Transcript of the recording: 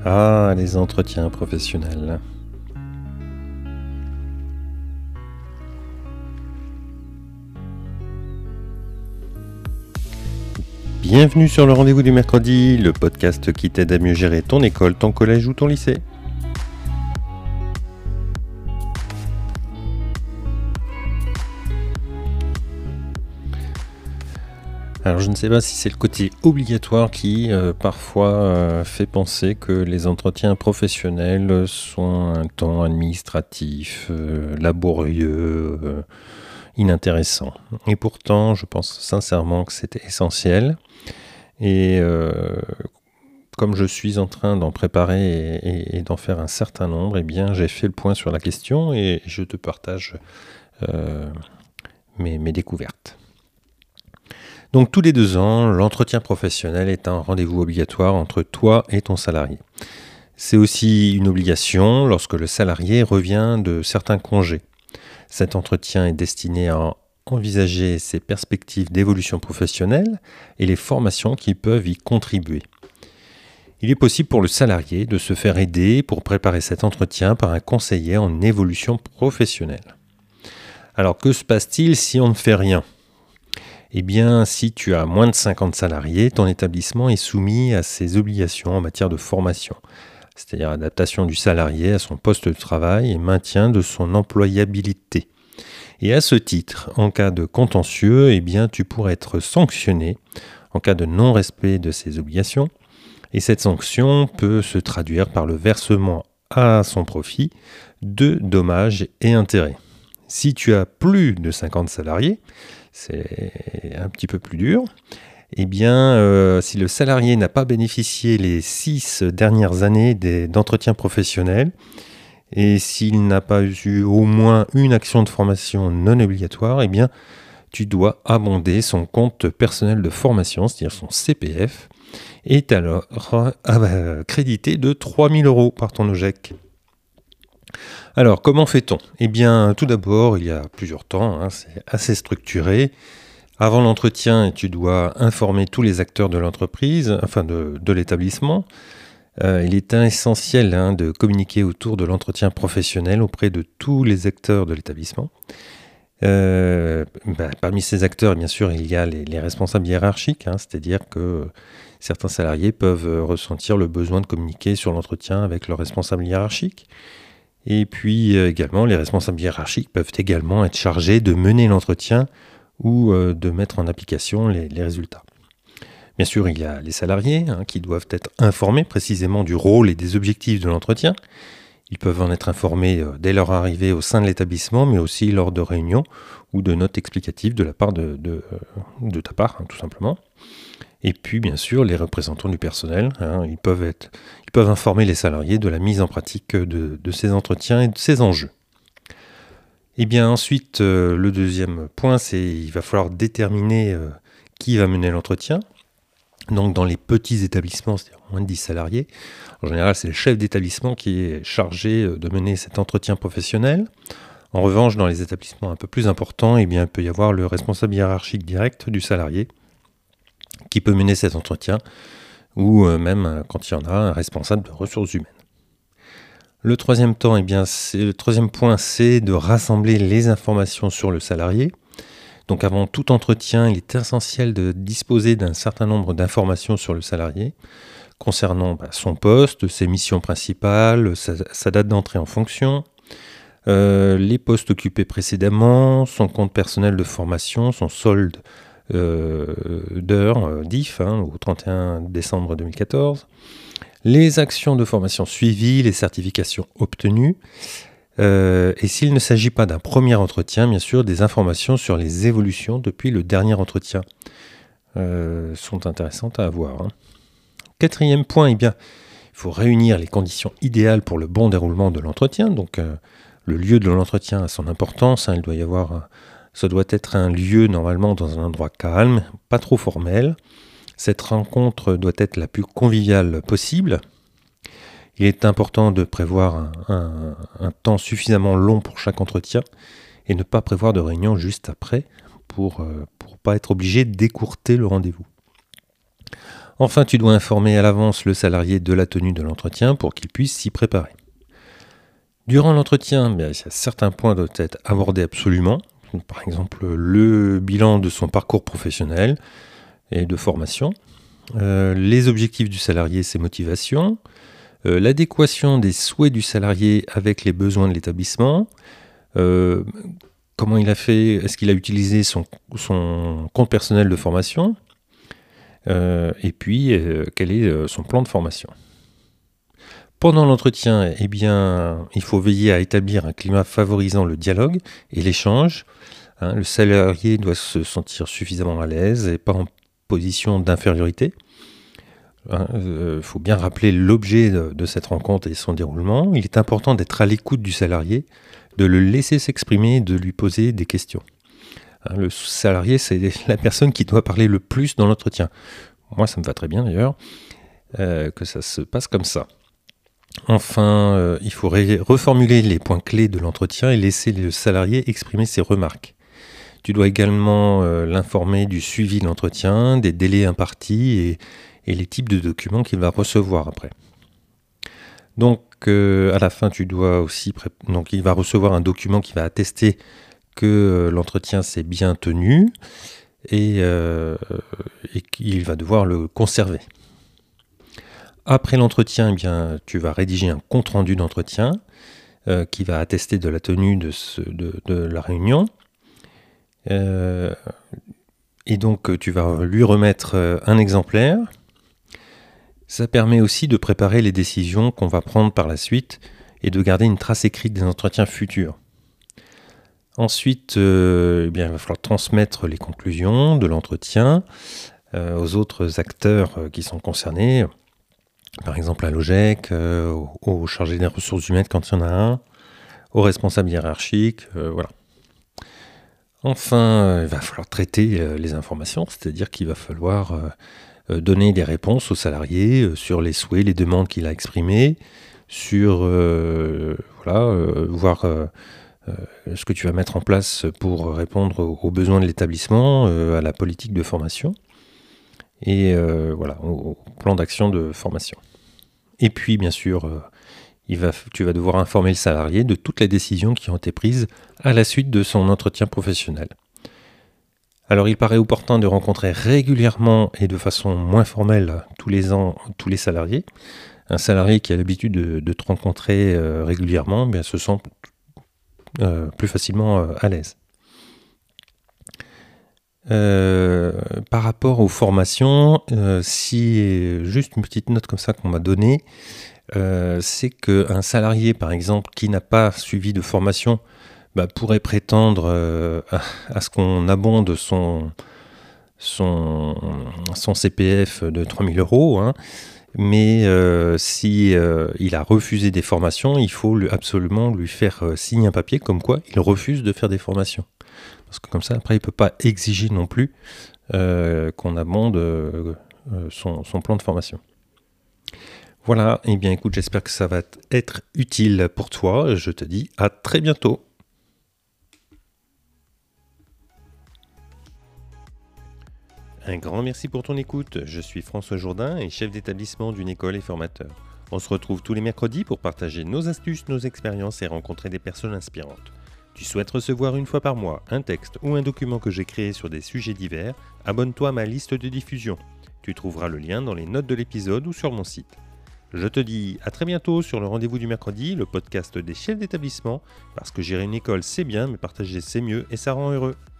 Ah, les entretiens professionnels. Bienvenue sur le rendez-vous du mercredi, le podcast qui t'aide à mieux gérer ton école, ton collège ou ton lycée. Alors je ne sais pas si c'est le côté obligatoire qui parfois fait penser que les entretiens professionnels sont un temps administratif, laborieux, inintéressant. Et pourtant, je pense sincèrement que c'était essentiel. Et comme je suis en train d'en préparer et d'en faire un certain nombre, eh bien j'ai fait le point sur la question et je te partage mes découvertes. Donc tous les 2 ans, l'entretien professionnel est un rendez-vous obligatoire entre toi et ton salarié. C'est aussi une obligation lorsque le salarié revient de certains congés. Cet entretien est destiné à envisager ses perspectives d'évolution professionnelle et les formations qui peuvent y contribuer. Il est possible pour le salarié de se faire aider pour préparer cet entretien par un conseiller en évolution professionnelle. Alors que se passe-t-il si on ne fait rien ? Eh bien, si tu as moins de 50 salariés, ton établissement est soumis à ses obligations en matière de formation, c'est-à-dire adaptation du salarié à son poste de travail et maintien de son employabilité. Et à ce titre, en cas de contentieux, eh bien, tu pourrais être sanctionné en cas de non-respect de ces obligations. Et cette sanction peut se traduire par le versement à son profit de dommages et intérêts. Si tu as plus de 50 salariés, c'est un petit peu plus dur. Eh bien, si le salarié n'a pas bénéficié les 6 dernières années d'entretien professionnel et s'il n'a pas eu au moins une action de formation non obligatoire, eh bien, tu dois abonder son compte personnel de formation, c'est-à-dire son CPF, est alors crédité de 3 000 € par ton OGEC. Alors, comment fait-on ? Eh bien, tout d'abord, il y a plusieurs temps, c'est assez structuré. Avant l'entretien, tu dois informer tous les acteurs de l'entreprise, enfin de l'établissement. Il est essentiel de communiquer autour de l'entretien professionnel auprès de tous les acteurs de l'établissement. Parmi ces acteurs, bien sûr, il y a les responsables hiérarchiques, c'est-à-dire que certains salariés peuvent ressentir le besoin de communiquer sur l'entretien avec leur responsable hiérarchique. Et puis également, les responsables hiérarchiques peuvent également être chargés de mener l'entretien ou de mettre en application les résultats. Bien sûr, il y a les salariés qui doivent être informés précisément du rôle et des objectifs de l'entretien. Ils peuvent en être informés dès leur arrivée au sein de l'établissement, mais aussi lors de réunions ou de notes explicatives de la part de ta part, tout simplement. Et puis, bien sûr, les représentants du personnel, ils peuvent informer les salariés de la mise en pratique de ces entretiens et de ces enjeux. Et bien ensuite, le deuxième point, c'est qu'il va falloir déterminer qui va mener l'entretien. Donc dans les petits établissements, c'est-à-dire moins de 10 salariés, en général, c'est le chef d'établissement qui est chargé de mener cet entretien professionnel. En revanche, dans les établissements un peu plus importants, eh bien, il peut y avoir le responsable hiérarchique direct du salarié qui peut mener cet entretien, ou même, quand il y en a, un responsable de ressources humaines. Le troisième point, c'est de rassembler les informations sur le salarié. Donc avant tout entretien, il est essentiel de disposer d'un certain nombre d'informations sur le salarié concernant son poste, ses missions principales, sa date d'entrée en fonction, les postes occupés précédemment, son compte personnel de formation, son solde d'heures DIF au 31 décembre 2014, les actions de formation suivies, les certifications obtenues, et s'il ne s'agit pas d'un premier entretien, bien sûr, des informations sur les évolutions depuis le dernier entretien sont intéressantes à avoir. Quatrième point, il faut réunir les conditions idéales pour le bon déroulement de l'entretien. Donc, le lieu de l'entretien a son importance. Ça doit être un lieu normalement dans un endroit calme, pas trop formel. Cette rencontre doit être la plus conviviale possible. Il est important de prévoir un temps suffisamment long pour chaque entretien et ne pas prévoir de réunion juste après pour pas être obligé d'écourter le rendez-vous. Enfin, tu dois informer à l'avance le salarié de la tenue de l'entretien pour qu'il puisse s'y préparer. Durant l'entretien, il y a certains points doivent être abordés absolument. Par exemple, le bilan de son parcours professionnel et de formation, les objectifs du salarié, ses motivations, l'adéquation des souhaits du salarié avec les besoins de l'établissement, comment il a fait, est-ce qu'il a utilisé son compte personnel de formation, et puis quel est son plan de formation. Pendant l'entretien, il faut veiller à établir un climat favorisant le dialogue et l'échange. Le salarié doit se sentir suffisamment à l'aise et pas en position d'infériorité. Il faut bien rappeler l'objet de cette rencontre et son déroulement. Il est important d'être à l'écoute du salarié, de le laisser s'exprimer et de lui poser des questions. Le salarié, c'est la personne qui doit parler le plus dans l'entretien. Moi, ça me va très bien d'ailleurs que ça se passe comme ça. Enfin, il faut reformuler les points clés de l'entretien et laisser le salarié exprimer ses remarques. Tu dois également l'informer du suivi de l'entretien, des délais impartis et les types de documents qu'il va recevoir après. Donc, à la fin, tu dois aussi donc, il va recevoir un document qui va attester que l'entretien s'est bien tenu et qu'il va devoir le conserver. Après l'entretien, tu vas rédiger un compte-rendu d'entretien qui va attester de la tenue de la réunion. Et donc, tu vas lui remettre un exemplaire. Ça permet aussi de préparer les décisions qu'on va prendre par la suite et de garder une trace écrite des entretiens futurs. Ensuite, il va falloir transmettre les conclusions de l'entretien aux autres acteurs qui sont concernés. Par exemple à l'OGEC, au chargé des ressources humaines quand il y en a un, aux responsables hiérarchiques, voilà. Enfin, il va falloir traiter les informations, c'est-à-dire qu'il va falloir donner des réponses aux salariés sur les souhaits, les demandes qu'il a exprimées, sur voir ce que tu vas mettre en place pour répondre aux besoins de l'établissement, à la politique de formation et au plan d'action de formation. Et puis, bien sûr, tu vas devoir informer le salarié de toutes les décisions qui ont été prises à la suite de son entretien professionnel. Alors, il paraît opportun de rencontrer régulièrement et de façon moins formelle tous les ans tous les salariés. Un salarié qui a l'habitude de te rencontrer régulièrement se sent plus facilement à l'aise. Par rapport aux formations, juste une petite note comme ça qu'on m'a donnée, c'est qu'un salarié, par exemple, qui n'a pas suivi de formation, pourrait prétendre à ce qu'on abonde son CPF de 3 000 €, mais si il a refusé des formations, il faut absolument lui faire signer un papier comme quoi il refuse de faire des formations. Parce que comme ça, après, il ne peut pas exiger non plus qu'on abonde son plan de formation. Voilà, et bien écoute, j'espère que ça va être utile pour toi. Je te dis à très bientôt. Un grand merci pour ton écoute. Je suis François Jourdain et chef d'établissement d'une école et formateur. On se retrouve tous les mercredis pour partager nos astuces, nos expériences et rencontrer des personnes inspirantes. Tu souhaites recevoir une fois par mois un texte ou un document que j'ai créé sur des sujets divers? Abonne-toi à ma liste de diffusion. Tu trouveras le lien dans les notes de l'épisode ou sur mon site. Je te dis à très bientôt sur le rendez-vous du mercredi, le podcast des chefs d'établissement, parce que gérer une école c'est bien, mais partager c'est mieux et ça rend heureux.